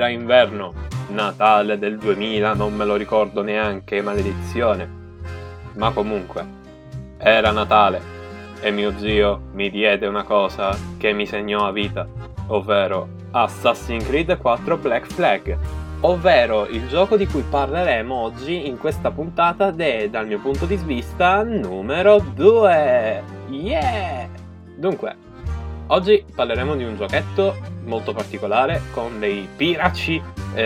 era inverno, Natale del 2000, non me lo ricordo neanche, maledizione. Ma comunque, era Natale e mio zio mi diede una cosa che mi segnò a vita, ovvero Assassin's Creed 4 Black Flag, ovvero il gioco di cui parleremo oggi in questa puntata dal mio punto di vista numero 2. Yeah! Dunque, oggi parleremo di un giochetto molto particolare con dei piraci,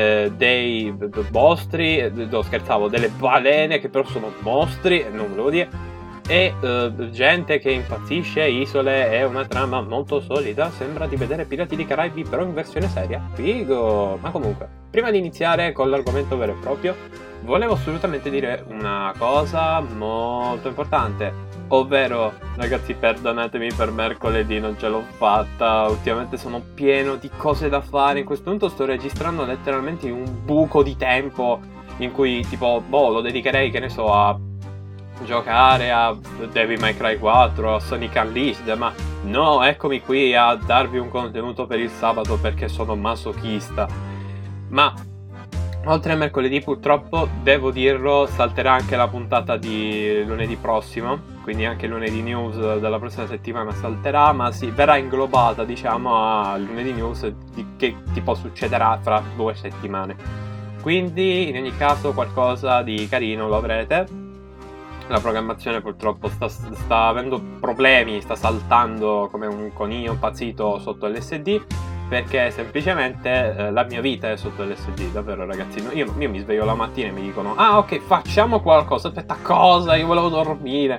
dei mostri, scherzavo, delle balene che però sono mostri, non volevo dire, e gente che impazzisce, isole e una trama molto solida. Sembra di vedere Pirati dei Caraibi però in versione seria. Figo! Ma comunque, prima di iniziare con l'argomento vero e proprio, volevo assolutamente dire una cosa molto importante. Ovvero, ragazzi, perdonatemi per mercoledì, non ce l'ho fatta. Ultimamente sono pieno di cose da fare. In questo punto sto registrando letteralmente in un buco di tempo in cui, tipo, lo dedicherei, che ne so, a giocare a Devil May Cry 4, a Sonic Unleashed. Ma no, eccomi qui a darvi un contenuto per il sabato perché sono masochista. Ma oltre a mercoledì, purtroppo, devo dirlo, salterà anche la puntata di lunedì prossimo, quindi anche lunedì news della prossima settimana salterà, ma verrà inglobata, diciamo, a lunedì news che tipo succederà fra 2 settimane. Quindi, in ogni caso, qualcosa di carino lo avrete. La programmazione purtroppo sta avendo problemi, sta saltando come un coniglio impazzito sotto LSD, perché semplicemente la mia vita è sotto LSD, davvero, ragazzi. Io mi sveglio la mattina e mi dicono: ah, ok, facciamo qualcosa. Aspetta, cosa? Io volevo dormire.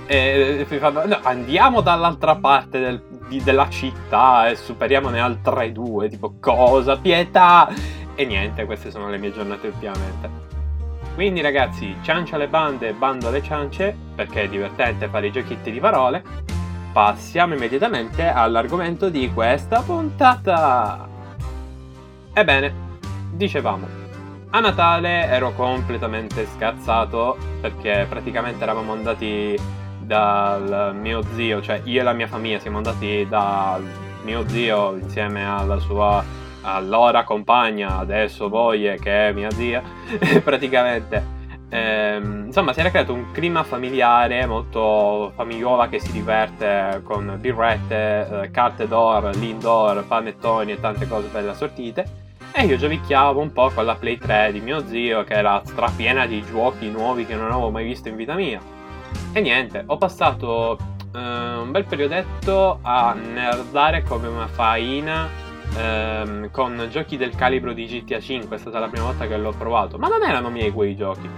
E mi fanno: no, andiamo dall'altra parte della città e superiamone altre 2. Tipo, cosa? Pietà! E niente, queste sono le mie giornate ultimamente. Quindi, ragazzi, ciancia alle bande, bando alle ciance, perché è divertente fare i giochetti di parole. Passiamo immediatamente all'argomento di questa puntata. Ebbene, dicevamo, a Natale ero completamente scazzato perché praticamente eravamo andati dal mio zio, cioè io e la mia famiglia siamo andati dal mio zio insieme alla sua allora compagna, adesso moglie, che è mia zia, praticamente. Insomma, si era creato un clima familiare molto famigliola che si diverte con birrette, carte d'or, l'indoor, panettoni e tante cose belle assortite. E io giochicchiavo un po' con la Play 3 di mio zio, che era strapiena di giochi nuovi che non avevo mai visto in vita mia. E niente, ho passato un bel periodetto a nerdare come una faina con giochi del calibro di GTA 5. È stata la prima volta che l'ho provato, ma non erano miei quei giochi.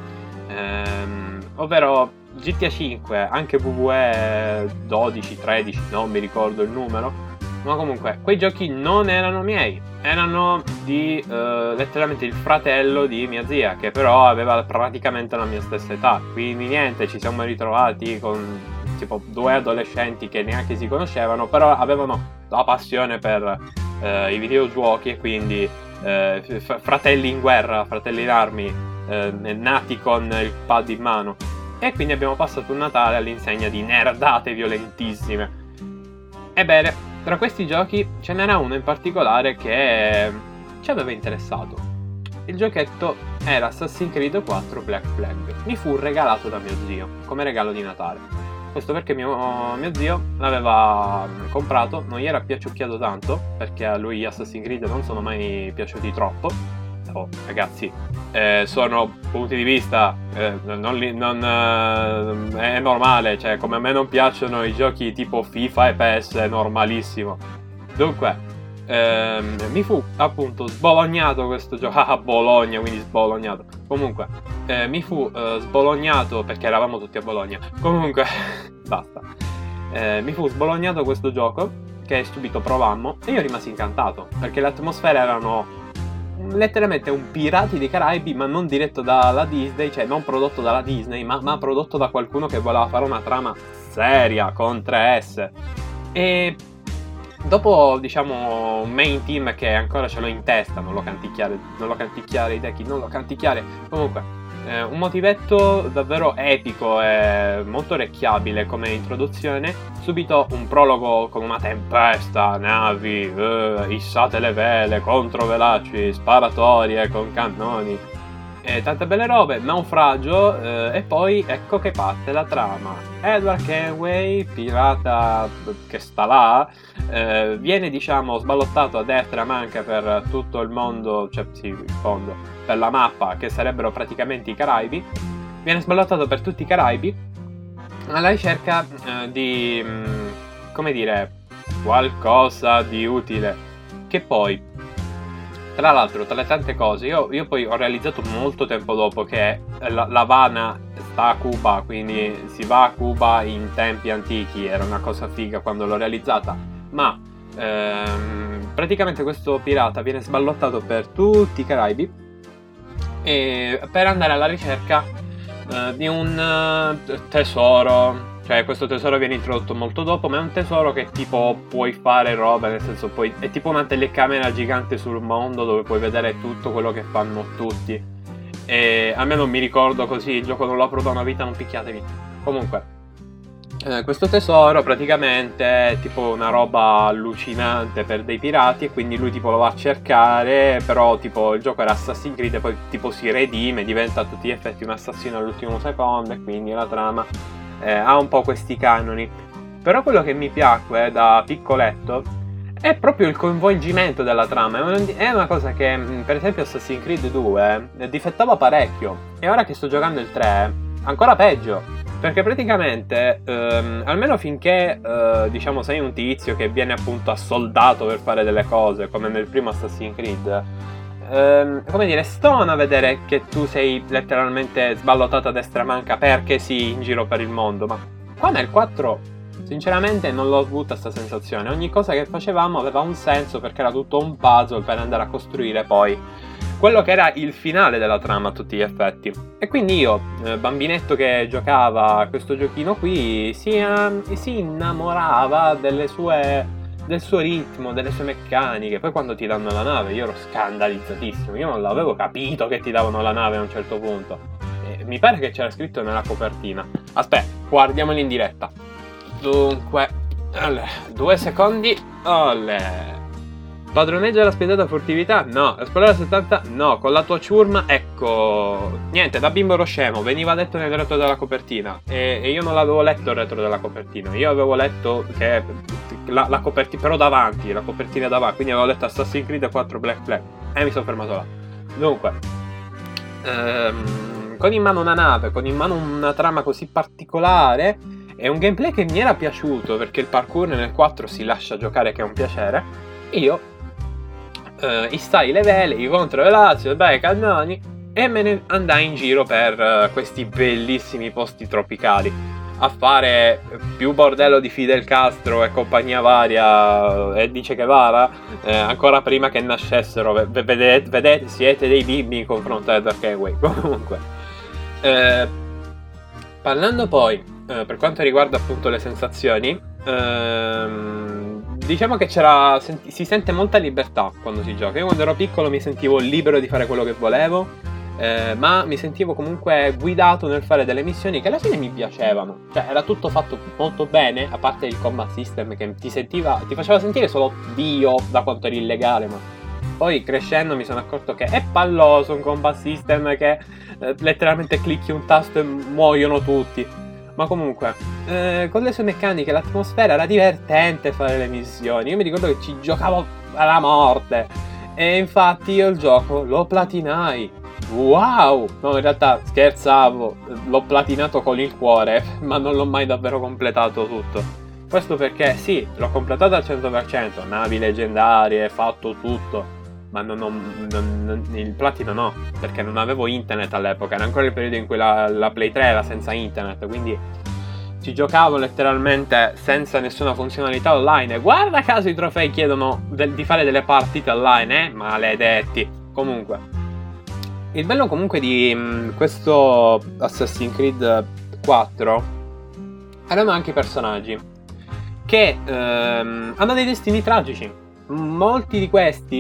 Ovvero GTA 5, anche WWE 12, 13, non mi ricordo il numero, ma comunque quei giochi non erano miei, erano di letteralmente il fratello di mia zia, che però aveva praticamente la mia stessa età. Quindi niente, ci siamo ritrovati con tipo 2 adolescenti che neanche si conoscevano, però avevano la passione per i videogiochi, e quindi fratelli in guerra, fratelli in armi, nati con il pad in mano. E quindi abbiamo passato un Natale all'insegna di nerdate violentissime. Ebbene, tra questi giochi ce n'era uno in particolare che ci aveva interessato. Il giochetto era Assassin's Creed 4 Black Flag. Mi fu regalato da mio zio come regalo di Natale. Questo perché mio zio l'aveva comprato, non gli era piaciucchiato tanto, perché a lui Assassin's Creed non sono mai piaciuti troppo. Oh, ragazzi, sono punti di vista, è normale, cioè come a me non piacciono i giochi tipo FIFA e PES, è normalissimo. Dunque, mi fu appunto sbolognato questo gioco, Bologna, quindi sbolognato. Comunque, mi fu sbolognato perché eravamo tutti a Bologna. Comunque, basta. Mi fu sbolognato questo gioco che subito provammo e io rimasi incantato perché le atmosfere erano letteralmente un Pirati dei Caraibi, ma non diretto dalla Disney, cioè non prodotto dalla Disney, ma prodotto da qualcuno che voleva fare una trama seria con 3S. E dopo, diciamo, un main team che ancora ce l'ho in testa, non lo canticchiare i decchi, non lo canticchiare. Comunque, Un motivetto davvero epico e molto orecchiabile come introduzione. Subito un prologo con una tempesta, navi, issate le vele, controvelaci, sparatorie con cannoni e tante belle robe, naufragio, e poi ecco che parte la trama. Edward Kenway, pirata che sta là, viene diciamo sballottato a destra e a manca per tutto il mondo, cioè sì, il fondo, per la mappa che sarebbero praticamente i Caraibi. Viene sballottato per tutti i Caraibi alla ricerca di, come dire, qualcosa di utile. Che poi, tra l'altro, tra le tante cose, io poi ho realizzato molto tempo dopo che la Havana sta a Cuba, quindi si va a Cuba in tempi antichi, era una cosa figa quando l'ho realizzata, ma praticamente questo pirata viene sballottato per tutti i Caraibi per andare alla ricerca di un tesoro. Cioè questo tesoro viene introdotto molto dopo, ma è un tesoro che tipo puoi fare roba, nel senso è tipo una telecamera gigante sul mondo dove puoi vedere tutto quello che fanno tutti. E almeno mi ricordo così, il gioco non l'ho provato da una vita, non picchiatevi. Comunque, questo tesoro praticamente è tipo una roba allucinante per dei pirati, e quindi lui tipo lo va a cercare, però tipo il gioco era Assassin's Creed e poi tipo si redime, diventa a tutti gli effetti un assassino all'ultimo secondo, e quindi la trama ha un po' questi canoni. Però quello che mi piacque da piccoletto è proprio il coinvolgimento della trama. È una cosa che per esempio Assassin's Creed 2 difettava parecchio, e ora che sto giocando il 3 ancora peggio, perché praticamente almeno finché diciamo sei un tizio che viene appunto assoldato per fare delle cose come nel primo Assassin's Creed, come dire, stona vedere che tu sei letteralmente sballottato a destra manca perché sì, in giro per il mondo. Ma qua nel 4 sinceramente non l'ho avuta sta sensazione. Ogni cosa che facevamo aveva un senso, perché era tutto un puzzle per andare a costruire poi quello che era il finale della trama a tutti gli effetti. E quindi io, bambinetto che giocava a questo giochino qui, si innamorava del suo ritmo, delle sue meccaniche. Poi quando ti danno la nave io ero scandalizzatissimo, io non l'avevo capito che ti davano la nave a un certo punto. Mi pare che c'era scritto nella copertina. Aspetta, guardiamoli in diretta. Dunque, 2 secondi. Padroneggia la spietata furtività? No. Esplorare 70? No. Con la tua ciurma? Ecco. Niente, da bimbo ero scemo. Veniva detto nel retro della copertina. E io non l'avevo letto il retro della copertina. Io avevo letto che la copertina, però davanti, la copertina davanti. Quindi avevo letto Assassin's Creed 4 Black Flag. E mi sono fermato là. Dunque, con in mano una nave, con in mano una trama così particolare, e un gameplay che mi era piaciuto, perché il parkour nel 4 si lascia giocare, che è un piacere. Io istai le vele, i controvelazzi, i cannoni, e me ne andai in giro per questi bellissimi posti tropicali a fare più bordello di Fidel Castro e compagnia varia, e dice che Guevara, ancora prima che nascessero. Vedete, siete dei bimbi in confronto a Edward Kenway. Comunque, parlando poi per quanto riguarda appunto le sensazioni, diciamo che si sente molta libertà quando si gioca. Io quando ero piccolo mi sentivo libero di fare quello che volevo, ma mi sentivo comunque guidato nel fare delle missioni che alla fine mi piacevano. Cioè era tutto fatto molto bene, a parte il combat system che ti faceva sentire solo Dio da quanto eri illegale, ma poi crescendo mi sono accorto che è palloso un combat system che letteralmente clicchi un tasto e muoiono tutti. Ma comunque, con le sue meccaniche, l'atmosfera era divertente fare le missioni. Io mi ricordo che ci giocavo alla morte. E infatti io il gioco lo platinai. Wow! No, in realtà scherzavo, l'ho platinato con il cuore, ma non l'ho mai davvero completato tutto. Questo perché sì, l'ho completato al 100%, navi leggendarie, fatto tutto. Ma il platino no, perché non avevo internet all'epoca. Era ancora il periodo in cui la Play 3 era senza internet, quindi ci giocavo letteralmente senza nessuna funzionalità online. E guarda caso i trofei chiedono di fare delle partite online, maledetti. Comunque, il bello comunque di questo Assassin's Creed 4 erano anche i personaggi che hanno dei destini tragici. Molti di questi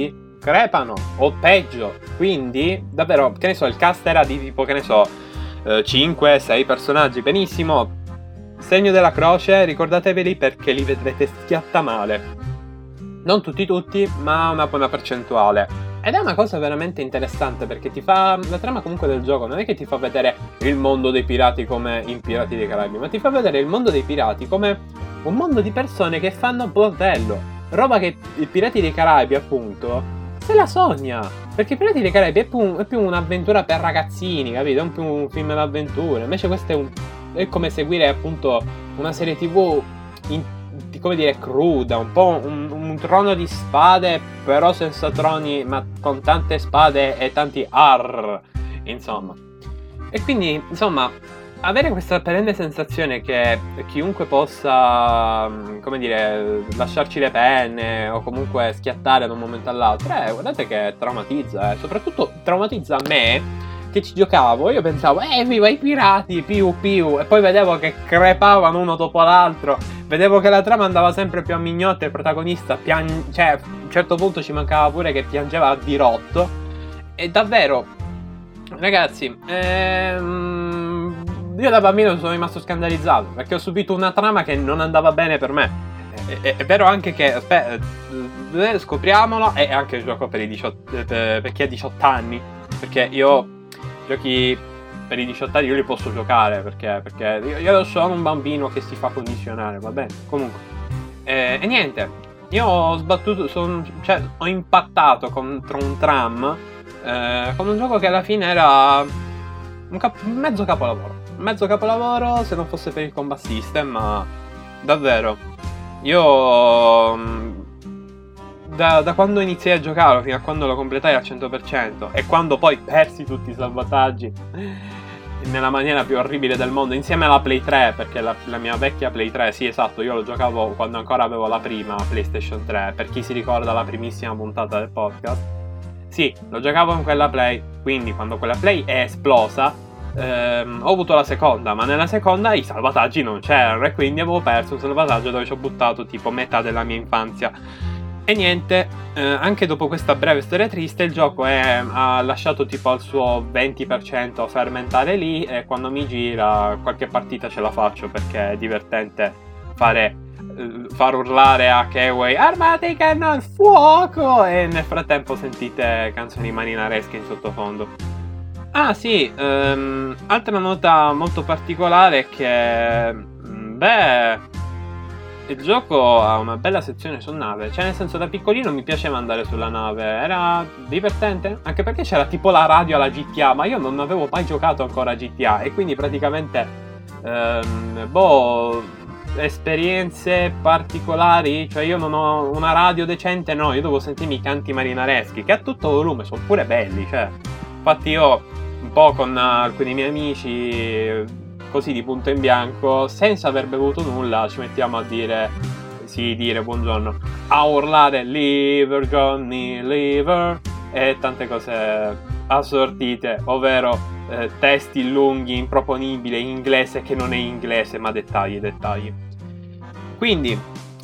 crepano, o peggio. Quindi, davvero, che ne so, il cast era di tipo, che ne so, 5-6 personaggi, benissimo. Segno della croce, ricordateveli perché li vedrete schiattamale. Non tutti, ma una buona percentuale. Ed è una cosa veramente interessante perché ti fa... La trama comunque del gioco non è che ti fa vedere il mondo dei pirati come in Pirati dei Caraibi, ma ti fa vedere il mondo dei pirati come un mondo di persone che fanno bordello. Roba che i Pirati dei Caraibi, appunto, se la sogna. Perché i Pirati dei Caraibi è più un'avventura per ragazzini, capito? È più un film d'avventura. Invece questo è come seguire, appunto, una serie TV come dire, cruda, un po' un trono di spade, però senza troni, ma con tante spade e tanti arr, insomma. E quindi, insomma, avere questa perenne sensazione che chiunque possa, come dire, lasciarci le penne o comunque schiattare da un momento all'altro, guardate che traumatizza, soprattutto traumatizza me, che ci giocavo. Io pensavo, viva i pirati, più, e poi vedevo che crepavano uno dopo l'altro, vedevo che la trama andava sempre più a mignotte, il protagonista cioè a un certo punto ci mancava pure che piangeva a dirotto. E davvero, ragazzi, io da bambino sono rimasto scandalizzato perché ho subito una trama che non andava bene per me. È vero anche che, scopriamolo, è anche il gioco per chi ha 18 anni, perché io giochi per i 18 anni io li posso giocare perché io sono un bambino che si fa condizionare, va bene? Comunque, e niente, io ho sbattuto, ho impattato contro un tram con un gioco che alla fine era mezzo capolavoro se non fosse per il combat system, ma davvero io da quando iniziai a giocarlo fino a quando lo completai al 100% e quando poi persi tutti i salvataggi nella maniera più orribile del mondo, insieme alla Play 3, perché la mia vecchia Play 3, sì esatto, io lo giocavo quando ancora avevo la prima PlayStation 3, per chi si ricorda la primissima puntata del podcast, sì, lo giocavo con quella Play, quindi quando quella Play è esplosa ho avuto la seconda, ma nella seconda i salvataggi non c'erano e quindi avevo perso un salvataggio dove ci ho buttato tipo metà della mia infanzia. E niente, anche dopo questa breve storia triste il gioco ha lasciato tipo al suo 20% fermentare lì, e quando mi gira qualche partita ce la faccio perché è divertente far urlare a Keyway armate i cannon, fuoco, e nel frattempo sentite canzoni marinaresche in sottofondo. Ah sì, altra nota molto particolare è che il gioco ha una bella sezione su nave, cioè nel senso da piccolino mi piaceva andare sulla nave, era divertente, anche perché c'era tipo la radio alla GTA, ma io non avevo mai giocato ancora a GTA e quindi praticamente esperienze particolari, cioè io non ho una radio decente, no, io devo sentirmi i canti marinareschi che a tutto volume sono pure belli, cioè infatti io un po' con alcuni miei amici così di punto in bianco, senza aver bevuto nulla, ci mettiamo a dire buongiorno, a urlare liver Johnny liver e tante cose assortite, ovvero testi lunghi, improponibili in inglese che non è inglese, ma dettagli. Quindi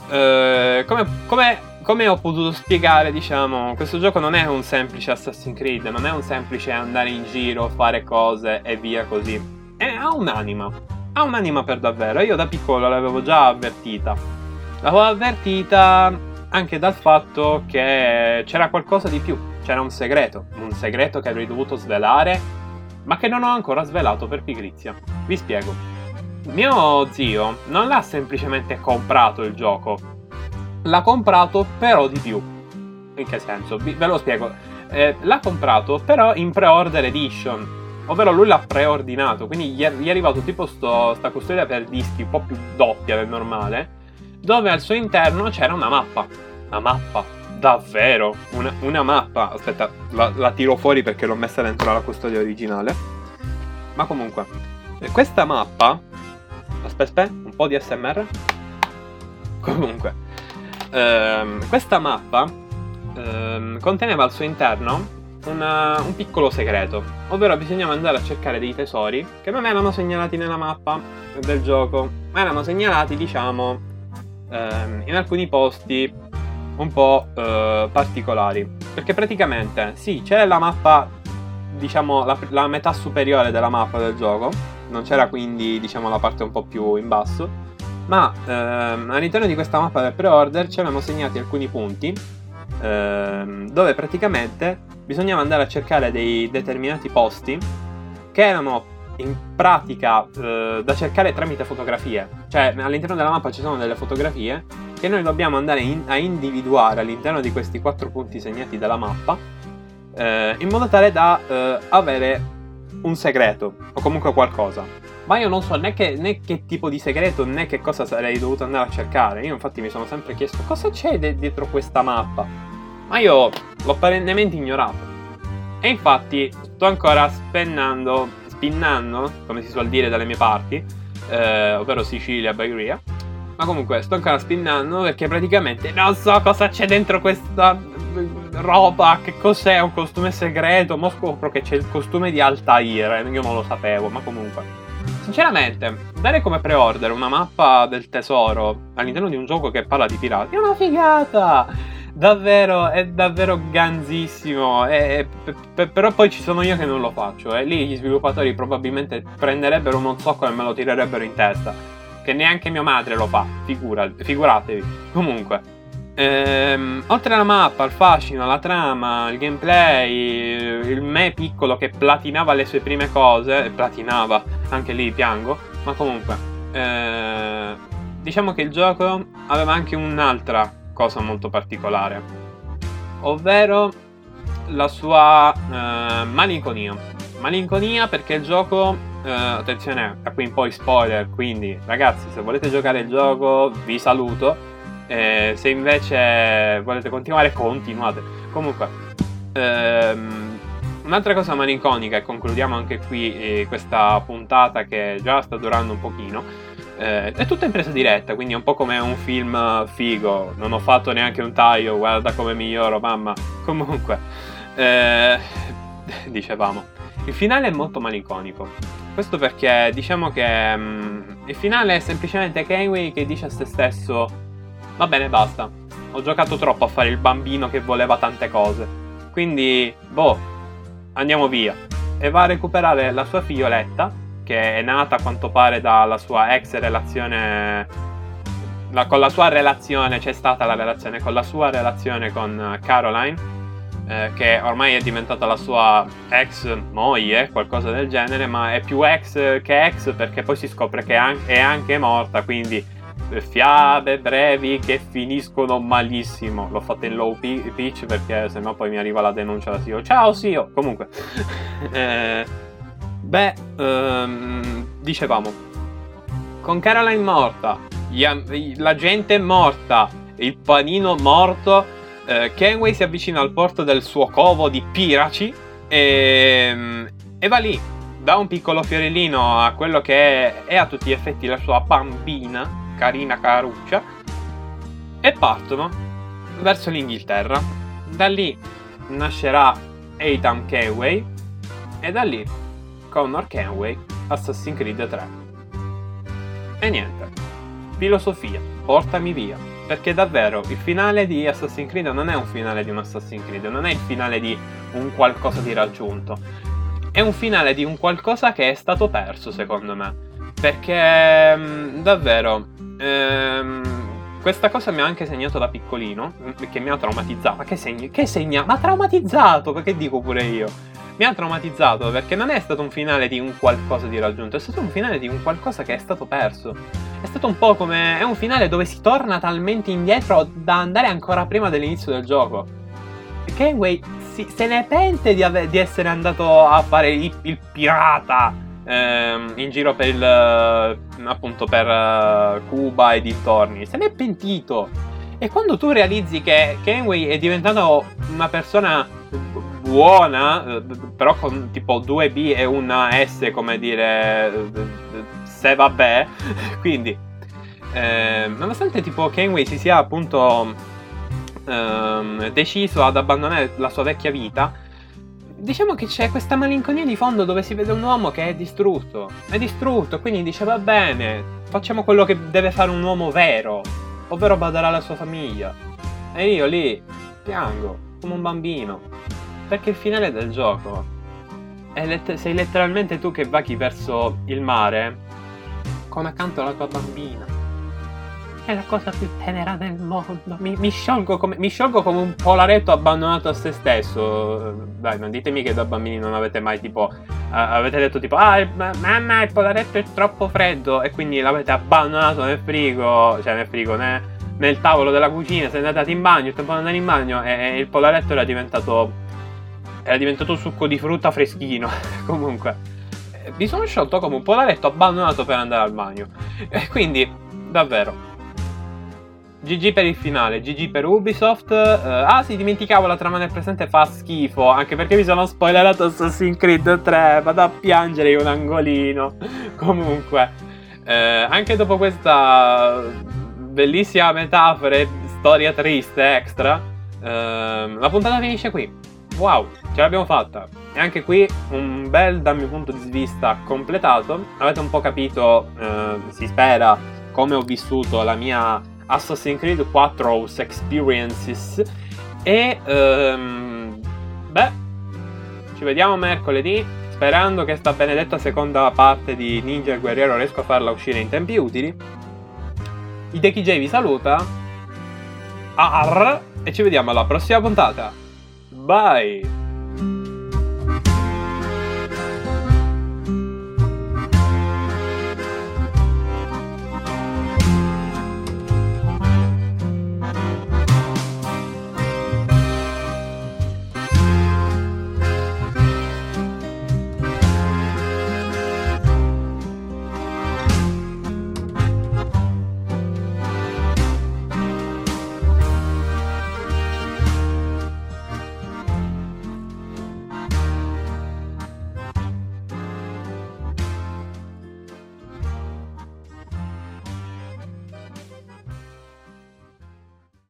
come ho potuto spiegare, diciamo, questo gioco non è un semplice Assassin's Creed, non è un semplice andare in giro, fare cose e via così. Ha un'anima per davvero. Io da piccolo l'avevo già avvertita. L'avevo avvertita anche dal fatto che c'era qualcosa di più. C'era un segreto che avrei dovuto svelare, ma che non ho ancora svelato per pigrizia. Vi spiego. Mio zio non l'ha semplicemente comprato il gioco, l'ha comprato però di più. In che senso? Ve lo spiego. L'ha comprato però in pre-order edition, ovvero lui l'ha preordinato, quindi gli è arrivato tipo sta custodia per dischi un po' più doppia del normale, dove al suo interno c'era una mappa, davvero, una mappa, aspetta, la tiro fuori perché l'ho messa dentro la custodia originale, ma comunque, questa mappa, aspetta, un po' di ASMR, comunque, questa mappa conteneva al suo interno un piccolo segreto, ovvero bisognava andare a cercare dei tesori che non erano segnalati nella mappa del gioco, ma erano segnalati, diciamo, in alcuni posti un po' particolari. Perché praticamente, sì, c'è la mappa, diciamo, la metà superiore della mappa del gioco, non c'era quindi, diciamo, la parte un po' più in basso, ma all'interno di questa mappa del pre-order c'erano segnati alcuni punti dove praticamente bisognava andare a cercare dei determinati posti che erano in pratica da cercare tramite fotografie. Cioè all'interno della mappa ci sono delle fotografie che noi dobbiamo andare a individuare all'interno di questi 4 punti segnati dalla mappa, in modo tale da avere un segreto o comunque qualcosa. Ma io non so né che tipo di segreto né che cosa sarei dovuto andare a cercare. Io infatti mi sono sempre chiesto cosa c'è dietro questa mappa, ma io l'ho perennemente ignorato. E infatti sto ancora spinnando, come si suol dire dalle mie parti, ovvero Sicilia, Bagheria. Ma comunque sto ancora spinnando perché praticamente non so cosa c'è dentro questa roba, che cos'è, un costume segreto. Ma scopro che c'è il costume di Altair, io non lo sapevo, ma comunque sinceramente dare come pre-order una mappa del tesoro all'interno di un gioco che parla di pirati è una figata, davvero, è davvero ganzissimo. Però poi ci sono io che non lo faccio, e lì gli sviluppatori probabilmente prenderebbero un non so come e me lo tirerebbero in testa, che neanche mia madre lo fa, figuratevi. Comunque, oltre alla mappa, il fascino, la trama, il gameplay, il me piccolo che platinava le sue prime cose, platinava, anche lì piango, ma comunque, diciamo che il gioco aveva anche un'altra cosa molto particolare, ovvero la sua malinconia, perché il gioco, attenzione, da qui in poi spoiler, quindi ragazzi, se volete giocare il gioco vi saluto, se invece volete continuare, continuate. Comunque, un'altra cosa malinconica, e concludiamo anche qui questa puntata che già sta durando un pochino, è tutta in presa diretta, quindi è un po' come un film figo, non ho fatto neanche un taglio, guarda come miglioro, mamma. Comunque, dicevamo, il finale è molto malinconico. Questo perché diciamo che il finale è semplicemente Kenway che dice a se stesso: va bene, basta, ho giocato troppo a fare il bambino che voleva tante cose, quindi andiamo via. E va a recuperare la sua figlioletta, che è nata a quanto pare dalla sua ex relazione, con la sua relazione, c'è stata la relazione con la sua relazione con Caroline, che ormai è diventata la sua ex moglie, qualcosa del genere, ma è più ex che ex perché poi si scopre che è anche morta, quindi fiabe brevi che finiscono malissimo. L'ho fatto in low pitch perché sennò poi mi arriva la denuncia da Sio. Ciao Sio! Comunque, dicevamo, con Caroline morta, la gente morta, il panino morto, Kenway si avvicina al porto del suo covo di Piraci e va lì, da un piccolo fiorellino a quello che è a tutti gli effetti la sua bambina, carina caruccia, e partono verso l'Inghilterra. Da lì nascerà Ethan Kenway e da lì Connor Kenway, Assassin's Creed 3. E niente, filosofia, portami via, perché davvero il finale di Assassin's Creed non è un finale di un Assassin's Creed, non è il finale di un qualcosa di raggiunto, è un finale di un qualcosa che è stato perso, secondo me, perché davvero questa cosa mi ha anche segnato da piccolino, che mi ha traumatizzato. Ma ma traumatizzato, perché dico pure io, mi ha traumatizzato perché non è stato un finale di un qualcosa di raggiunto, è stato un finale di un qualcosa che è stato perso. È stato un po' come, è un finale dove si torna talmente indietro da andare ancora prima dell'inizio del gioco. Kenway se ne pente di essere andato a fare il pirata in giro per appunto per Cuba e dintorni. Se ne è pentito. E quando tu realizzi che Kenway è diventato una persona buona, però con tipo 2 B e una S, come dire, se vabbè, quindi nonostante tipo Kenway si sia appunto deciso ad abbandonare la sua vecchia vita, diciamo che c'è questa malinconia di fondo dove si vede un uomo che è distrutto, quindi dice va bene, facciamo quello che deve fare un uomo vero, ovvero badare alla sua famiglia. E io lì piango, come un bambino. Perché il finale del gioco sei letteralmente tu che vaghi verso il mare con accanto alla tua bambina. È la cosa più tenera del mondo. Mi sciolgo come un polaretto abbandonato a se stesso. Dai, non ditemi che da bambini non avete mai tipo avete detto tipo mamma, il polaretto è troppo freddo, e quindi l'avete abbandonato nel frigo, cioè nel frigo, nel tavolo della cucina, siete andati in bagno, il tempo di andare in bagno, e il polaretto era diventato succo di frutta freschino. Comunque mi sono sciolto come un polaretto abbandonato per andare al bagno. E quindi davvero GG per il finale, GG per Ubisoft. Sì, dimenticavo, la trama nel presente fa schifo, anche perché mi sono spoilerato Assassin's Creed 3, vado a piangere in un angolino. Comunque, anche dopo questa bellissima metafora, storia triste extra, la puntata finisce qui. Wow, ce l'abbiamo fatta. E anche qui un bel, dal mio punto di vista, completato. Avete un po' capito, si spera, come ho vissuto la mia Assassin's Creed 4 Experiences. E ci vediamo mercoledì, sperando che sta benedetta seconda parte di Ninja e Guerriero riesco a farla uscire in tempi utili. Hideki J vi saluta, e ci vediamo alla prossima puntata. Bye!